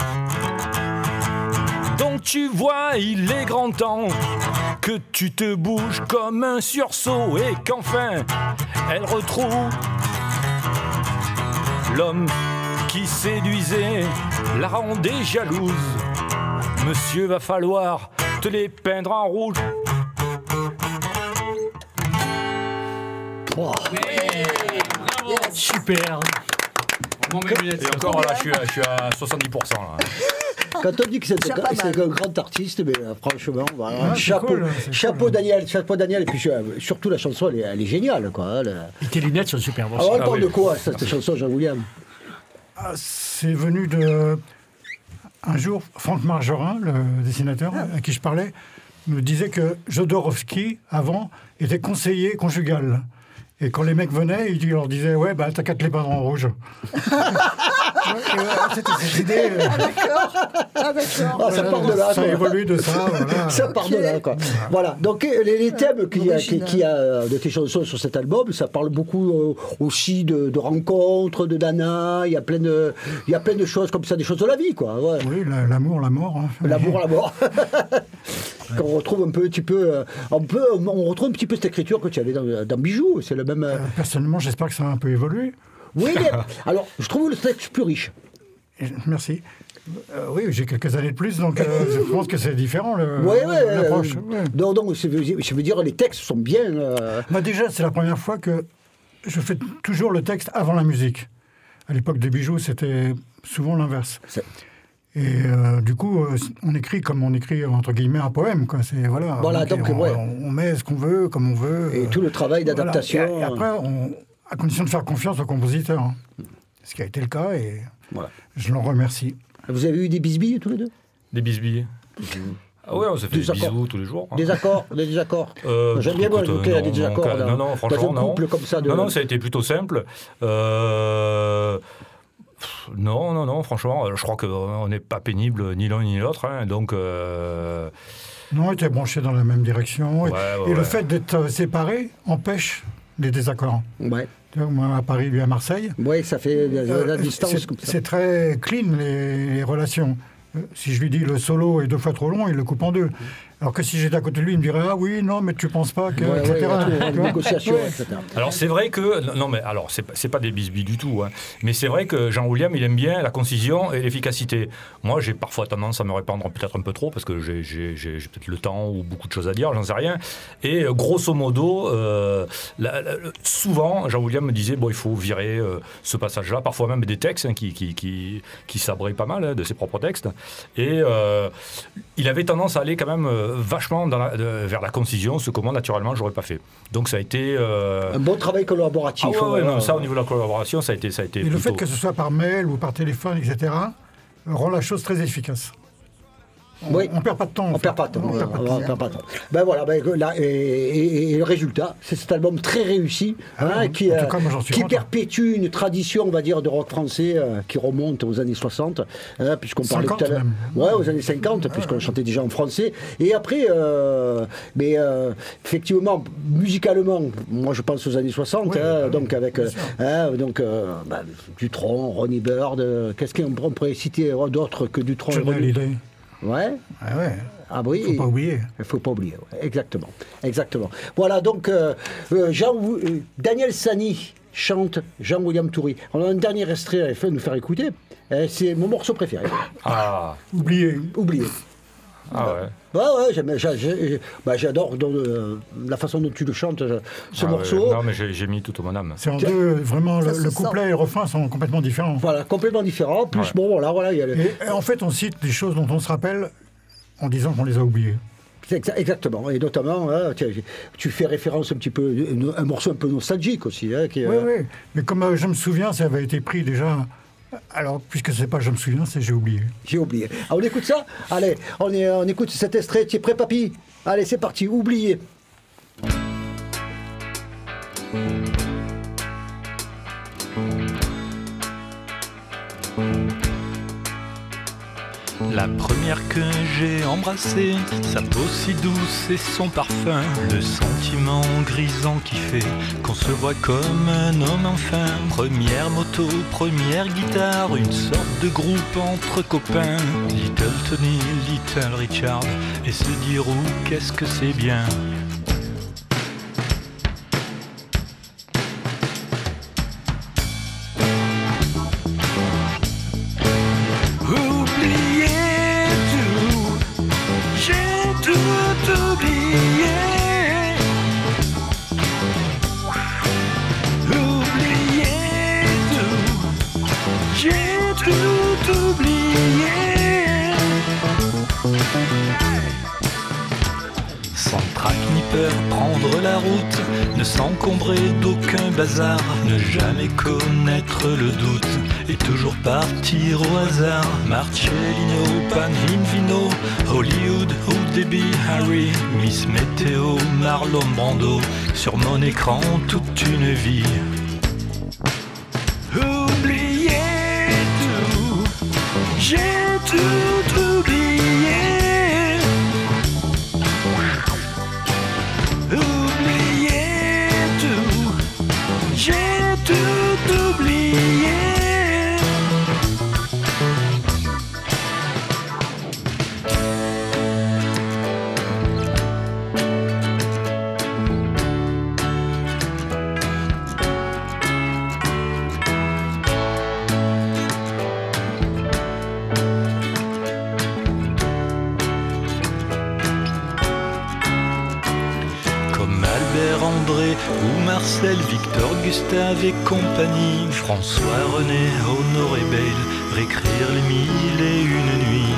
Donc tu vois, il est grand temps que tu te bouges comme un sursaut et qu'enfin elle retrouve l'homme qui séduisait la rendait jalouse. Monsieur, va falloir te les peindre en rouge. Oh. Bravo. Super. Et encore là, je suis à 70% là. Quand on dit que c'est un grand artiste, mais franchement, voilà, Ah, chapeau, cool, chapeau cool. Daniel, et puis surtout la chanson, elle est géniale, quoi. Et tes lunettes sont super bonnes. Alors, on parle oui. de quoi, cette chanson, Jean-William? C'est venu de... Un jour, Franck Margerin, le dessinateur à qui je parlais, me disait que Jodorowsky, avant, était conseiller conjugal. Et quand les mecs venaient, il leur disait « Ouais, bah t'as qu'à te les peindre en rouge. » C'était cette idée. Ah, d'accord. Ah, ça part de là, Ça quoi. évolue de ça. Voilà. Ça part de là, quoi. Voilà. Donc, les thèmes qu'il y a de tes chansons sur cet album, ça parle beaucoup aussi de rencontres, de nana. Il y a plein de choses comme ça, des choses de la vie, quoi. Ouais. Oui, l'amour, la mort. Hein. L'amour, la mort. Qu'on retrouve un petit peu, on retrouve un petit peu cette écriture que tu avais dans Bijoux. C'est le même. Personnellement, j'espère que ça va un peu évoluer. Oui, mais, alors, je trouve le texte plus riche. Merci. Oui, j'ai quelques années de plus, donc je pense que c'est différent l'approche. Ouais. Donc, je veux dire, les textes sont bien. Moi, déjà, c'est la première fois que je fais toujours le texte avant la musique. À l'époque des Bijoux, c'était souvent l'inverse. Et du coup, on écrit comme on écrit, entre guillemets, un poème. Quoi. Voilà, donc on met ce qu'on veut, comme on veut. Et tout le travail d'adaptation. Voilà. Et après, à condition de faire confiance au compositeur. Hein. Ce qui a été le cas, et je l'en remercie. Vous avez eu des bisbilles tous les deux? Des bisbilles. Ah ouais, on se fait des bisous tous les jours. Hein. Des accords. J'aime bien moi écouter des désaccords. Non, franchement, dans un couple comme ça. Non, ça a été plutôt simple. Non, franchement, je crois qu'on n'est pas pénible ni l'un ni l'autre, hein, donc... Non, on était branchés dans la même direction. Et le fait d'être séparés empêche les désaccords. Ouais. Moi, à Paris, lui à Marseille. Oui, ça fait la distance. C'est très clean, les relations. Si je lui dis le solo est 2 fois trop long, il le coupe en 2. Alors que si j'étais à côté de lui, il me dirait « Ah oui, non, mais tu penses pas que... » etc. Négociation, etc. Alors c'est vrai que... Non, mais alors, c'est pas des bisbilles du tout. Hein, mais c'est vrai que Jean-William, il aime bien la concision et l'efficacité. Moi, j'ai parfois tendance à me répandre peut-être un peu trop, parce que j'ai peut-être le temps ou beaucoup de choses à dire, j'en sais rien. Et grosso modo, souvent, Jean-William me disait « Bon, il faut virer ce passage-là. » Parfois même des textes hein, qui sabraient pas mal hein, de ses propres textes. Et il avait tendance à aller quand même... vachement vers la concision, ce que moi naturellement j'aurais pas fait. Donc ça a été un bon travail collaboratif. Non, ça au niveau de la collaboration, ça a été. Et le fait que ce soit par mail ou par téléphone, etc., rend la chose très efficace. On perd pas de temps. On perd pas de temps. Ben voilà, là, et le résultat, c'est cet album très réussi qui perpétue une tradition, on va dire, de rock français qui remonte aux années 60, puisqu'on parlait tout à l'heure. Ouais, aux années 50, puisqu'on chantait déjà en français. Et après, effectivement, musicalement, moi je pense aux années 60, donc avec Dutronc, Ronnie Bird, qu'est-ce qu'on pourrait citer d'autre que Dutronc et Ronnie Bird? Ouais. Ah oui. Il faut pas oublier. Exactement. Voilà, donc Daniel Sani chante Jean-William Toury. On a un dernier extrait à nous faire écouter. C'est mon morceau préféré. Ah. Oublié. Ah ouais. J'adore la façon dont tu le chantes, ce morceau. Ouais. Non, mais j'ai mis tout au mon âme. C'est en deux, vraiment, le couplet et le refrain sont complètement différents. Voilà, complètement différents. Plus, voilà. Et en fait, on cite des choses dont on se rappelle en disant qu'on les a oubliées. Exactement, et notamment, tu fais référence un petit peu, un morceau un peu nostalgique aussi. Oui, mais comme je me souviens, ça avait été pris déjà... Alors, puisque c'est pas je me souviens, c'est j'ai oublié. Ah, on écoute ça? Allez, on écoute cet extrait. Tu es prêt, papy? Allez, c'est parti, oublié. La première que j'ai embrassée, sa peau si douce et son parfum, le sentiment grisant qui fait qu'on se voit comme un homme enfin. Première moto, première guitare, une sorte de groupe entre copains. Little Tony, Little Richard, et se dire où qu'est-ce que c'est bien. Prendre la route, ne s'encombrer d'aucun bazar, ne jamais connaître le doute et toujours partir au hasard. Marcellino, Panvino, Hollywood ou Debbie Harry, Miss Météo, Marlon Brando, sur mon écran toute une vie. Oubliez tout, j'ai tout oublié. Ou Marcel, Victor, Gustave et compagnie, François, René, Honoré, Bale, réécrire les 1001 nuits.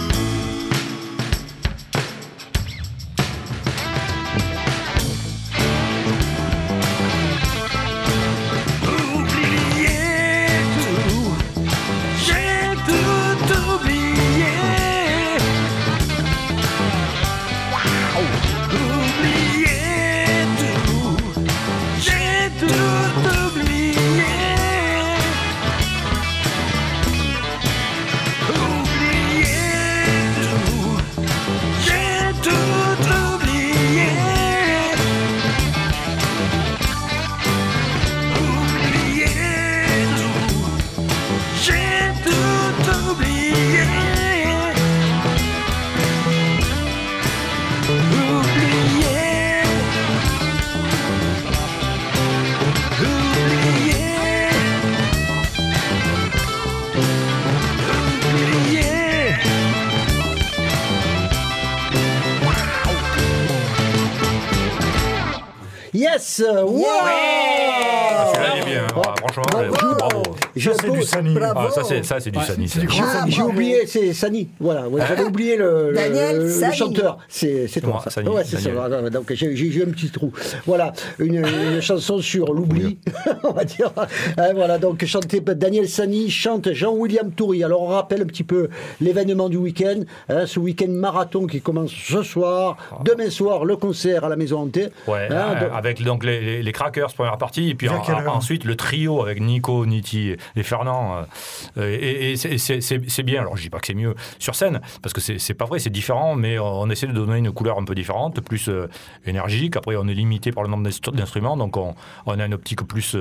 Yes! Wow! Celui-là, il est bien. Franchement, bravo. C'est du Sani. Ça, c'est du Sani. J'ai oublié, c'est Sani. Voilà, j'avais oublié le chanteur. C'est toi. Sani. Ouais, c'est ça. Donc j'ai eu un petit trou. Voilà, une chanson sur l'oubli, on va dire. Voilà, donc chanté Daniel Sani, chante Jean-William Toury. Alors on rappelle un petit peu l'événement du week-end. Ce week-end marathon qui commence ce soir. Demain soir, le concert à la Maison Hantée. Ouais, avec donc les Crackers, première partie, et puis ensuite le trio avec Nico, Nitti et Fernand. Et c'est bien. Alors je dis pas que c'est mieux sur scène, parce que c'est pas vrai, c'est différent, mais on essaie de donner une couleur un peu différente, plus énergique. Après, on est limité par le nombre d'instruments, donc on a une optique plus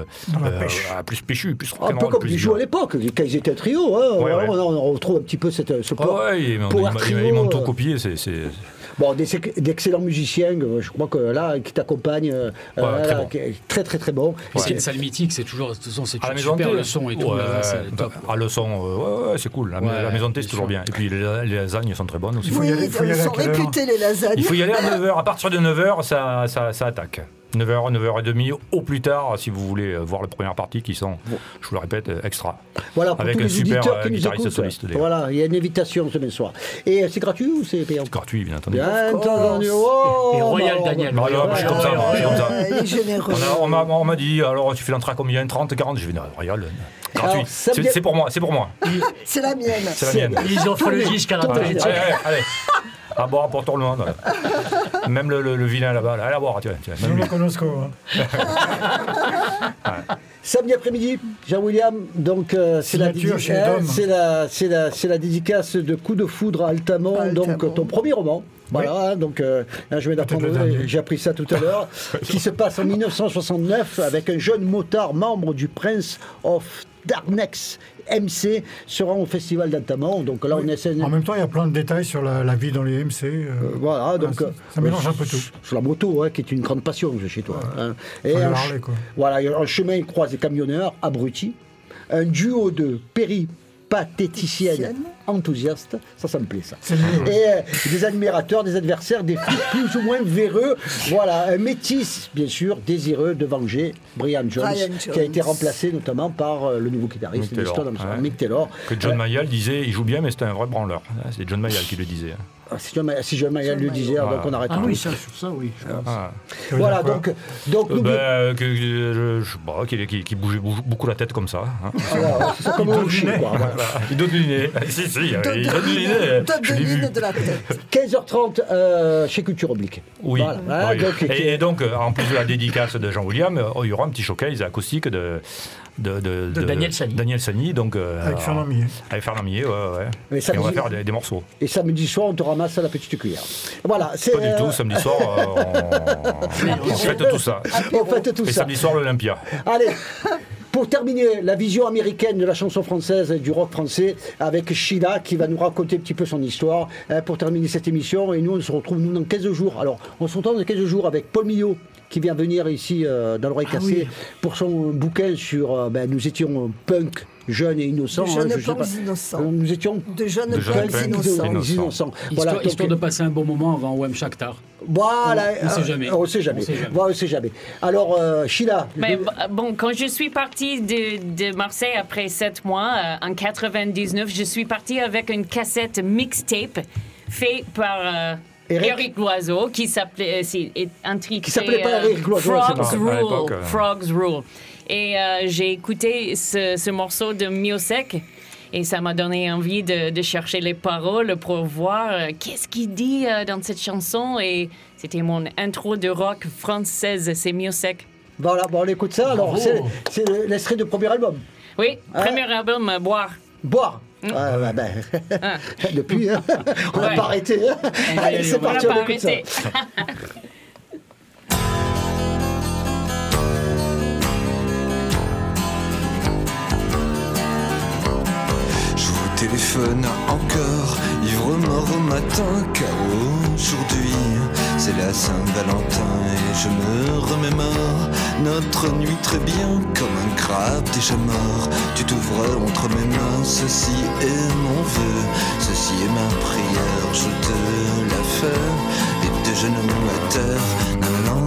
péchue, plus un peu comme ils jouaient à l'époque, quand ils étaient trio. On retrouve un petit peu ce power trio. Ils m'ont tout copié. Bon, d'excellents musiciens, je crois que là, qui t'accompagnent, très très très bon. C'est une salle mythique, c'est toujours, de toute façon, c'est super le son et tout. C'est top. Le son, c'est cool. La Maison Hantée, c'est toujours bien. Et puis les lasagnes sont très bonnes aussi. Oui, ils sont réputés les lasagnes. Il faut y aller à 9h. À partir de 9h, ça attaque. 9h, 9h30 au plus tard, si vous voulez voir la première partie qui sont, je vous le répète, extra. Voilà, pour avec tous un les super auditeurs qui nous guitariste écoutent, soliste. Voilà, il y a une invitation ce soir. Et c'est gratuit ou c'est payant? Gratuit, bien entendu. Bien entendu. Et Royal Daniel. Je suis comme ça. Il est généreux. On m'a dit, alors tu fais l'entrée à combien? 30, 40? Je vais dire, Royal. Gratuit. C'est pour moi. C'est la mienne. C'est la mienne. Ils offrent le disque à la télé. Allez. À boire pour tout le monde. Ouais. Même le vilain là-bas, là, allez à boire. Tiens, Je le connais. Samedi après-midi, Jean-William, donc c'est la dédicace de Coup de foudre à Altamont, donc ton premier roman. Voilà, donc je vais d'apprendre, j'ai appris ça tout à l'heure, qui se passe en 1969 avec un jeune motard membre du Prince of Darkness, MC, se rend au festival d'Altamont. Donc là, on essaie. En même temps, il y a plein de détails sur la vie dans les MC. Voilà, donc ça mélange un peu tout. Sur la moto, qui est une grande passion chez toi. Hein. Et voilà, un chemin croise des camionneurs abrutis, un duo de péripatéticiennes enthousiastes, ça me plaît ça. Et des admirateurs, des adversaires, des flics plus ou moins véreux. Voilà, un métis, bien sûr, désireux de venger Brian Jones, qui a été remplacé notamment par le nouveau guitariste Mick Taylor. Que John Mayall disait, il joue bien, mais c'était un vrai branleur. C'est John Mayall qui le disait. Si John Mayall le disait, donc on arrête. Ah oui, ça, oui. Voilà, donc qui bougeait beaucoup la tête comme ça. Hein. C'est ça comme un chien, quoi. Il donne du nez. Si, il donne du nez. de la tête. 15h30 chez Culture Oblique. Oui. Voilà, oui. Et donc, en plus de la dédicace de Jean-William, il y aura un petit showcase acoustique de Daniel Sani, donc avec Fernand Millet. Avec Fernand Millet, ouais. Et on va faire des morceaux. Et samedi soir, on te ramasse à la petite cuillère. Voilà, pas du tout. Samedi soir, on fête tout ça. On fête tout ça. Et samedi soir, l'Olympia. Allez. Pour terminer, la vision américaine de la chanson française, du rock français, avec Sheila qui va nous raconter un petit peu son histoire pour terminer cette émission. Et nous, on se retrouve dans 15 jours. Alors, on se retrouve dans 15 jours avec Paul Millot qui vient venir ici dans l'oreille cassée pour son bouquin sur nous étions punk, jeunes et innocents. Nous étions de jeunes punks innocents. Histoire de passer un bon moment avant OM Shakhtar. Voilà. On sait jamais. On sait jamais. Alors, Sheila. Quand je suis partie de Marseille après 7 mois, en 99, je suis partie avec une cassette mixtape faite par Eric Loiseau, qui s'appelait pas Eric Loiseau, Frogs Rule. Et j'ai écouté ce morceau de Miosek. Et ça m'a donné envie de chercher les paroles pour voir qu'est-ce qu'il dit dans cette chanson. Et c'était mon intro de rock française, c'est Miosek. Voilà, on écoute ça. Alors, c'est l'extrait du premier album. Oui, premier album, Boire. Boire. Depuis, on n'a pas arrêté. Allez, c'est parti, on écoute ça. Téléphone encore, ivre mort au matin, car aujourd'hui c'est la Saint-Valentin et je me remémore notre nuit très bien comme un crabe déjà mort. Tu t'ouvres entre mes mains, ceci est mon vœu, ceci est ma prière, je te la fais et de genoux à terre. Non,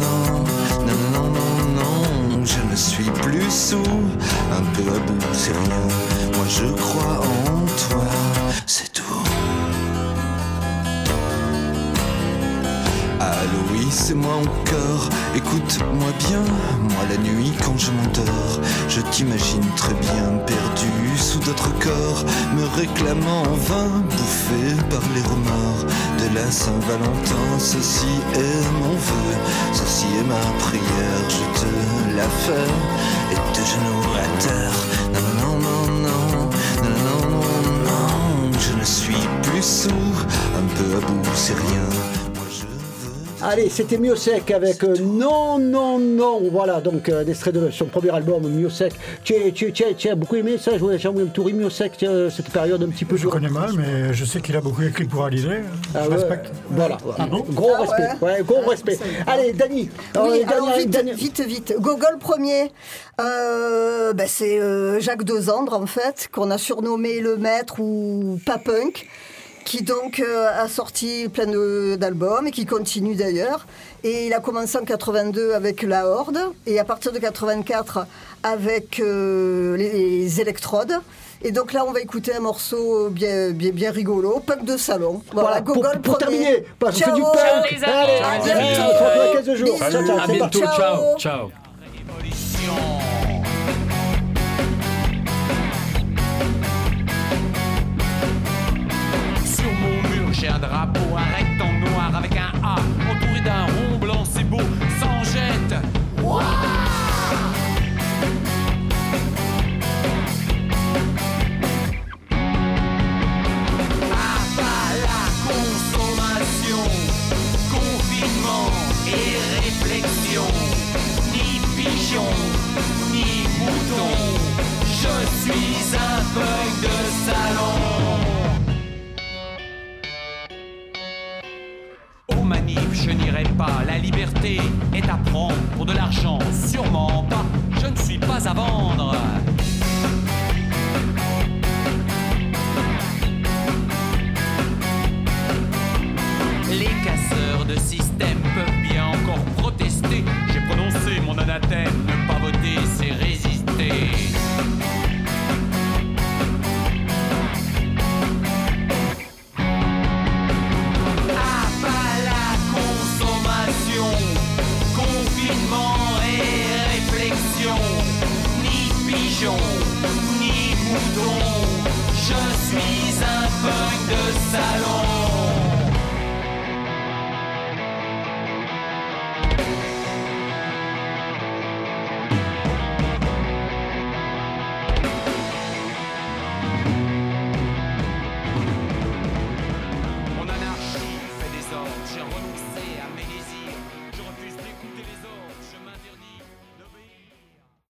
je ne suis plus sous, un peu à bout, c'est rien. Moi je crois en toi, c'est tout. Allô, oui, c'est moi encore. Écoute-moi bien, moi la nuit quand je m'endors, je t'imagine très bien perdu sous d'autres corps, me réclamant en vain, bouffé par les remords de la Saint-Valentin. Ceci est mon vœu, ceci est ma prière, je te la fais et de genoux à terre. Non, je ne suis plus sous, un peu à bout, c'est rien. Allez, c'était Miosek avec Non. Voilà, donc l'extrait de son premier album, Miosek. Tu as beaucoup aimé ça, Jean-William Toury, Miosek, cette période un petit peu... Je connais mal, mais je sais qu'il a beaucoup écrit pour Hallyday. Je respecte. Voilà. Gros respect. Ouais, gros respect. Allez, Dany. Vite. Gogol premier. C'est Jacques Dezandre, en fait, qu'on a surnommé le maître ou pas punk, qui donc a sorti plein d'albums et qui continue d'ailleurs. Et il a commencé en 82 avec La Horde et à partir de 84 avec les Électrodes. Et donc là, on va écouter un morceau bien rigolo, punk de salon. Voilà, Gogol pour terminer, parce que du punk. Ciao les amis. Allez, on se retrouve dans 15 jours. Ciao. À bientôt, ciao. Sur mon mur, j'ai un drapeau pas, la liberté est à prendre pour de l'argent, sûrement pas, je ne suis pas à vendre. Les casseurs de système peuvent bien encore protester. J'ai prononcé mon anathème, ne pas voter c'est résister. Confinement et réflexion, ni pigeon, ni mouton, je suis un punk de salon.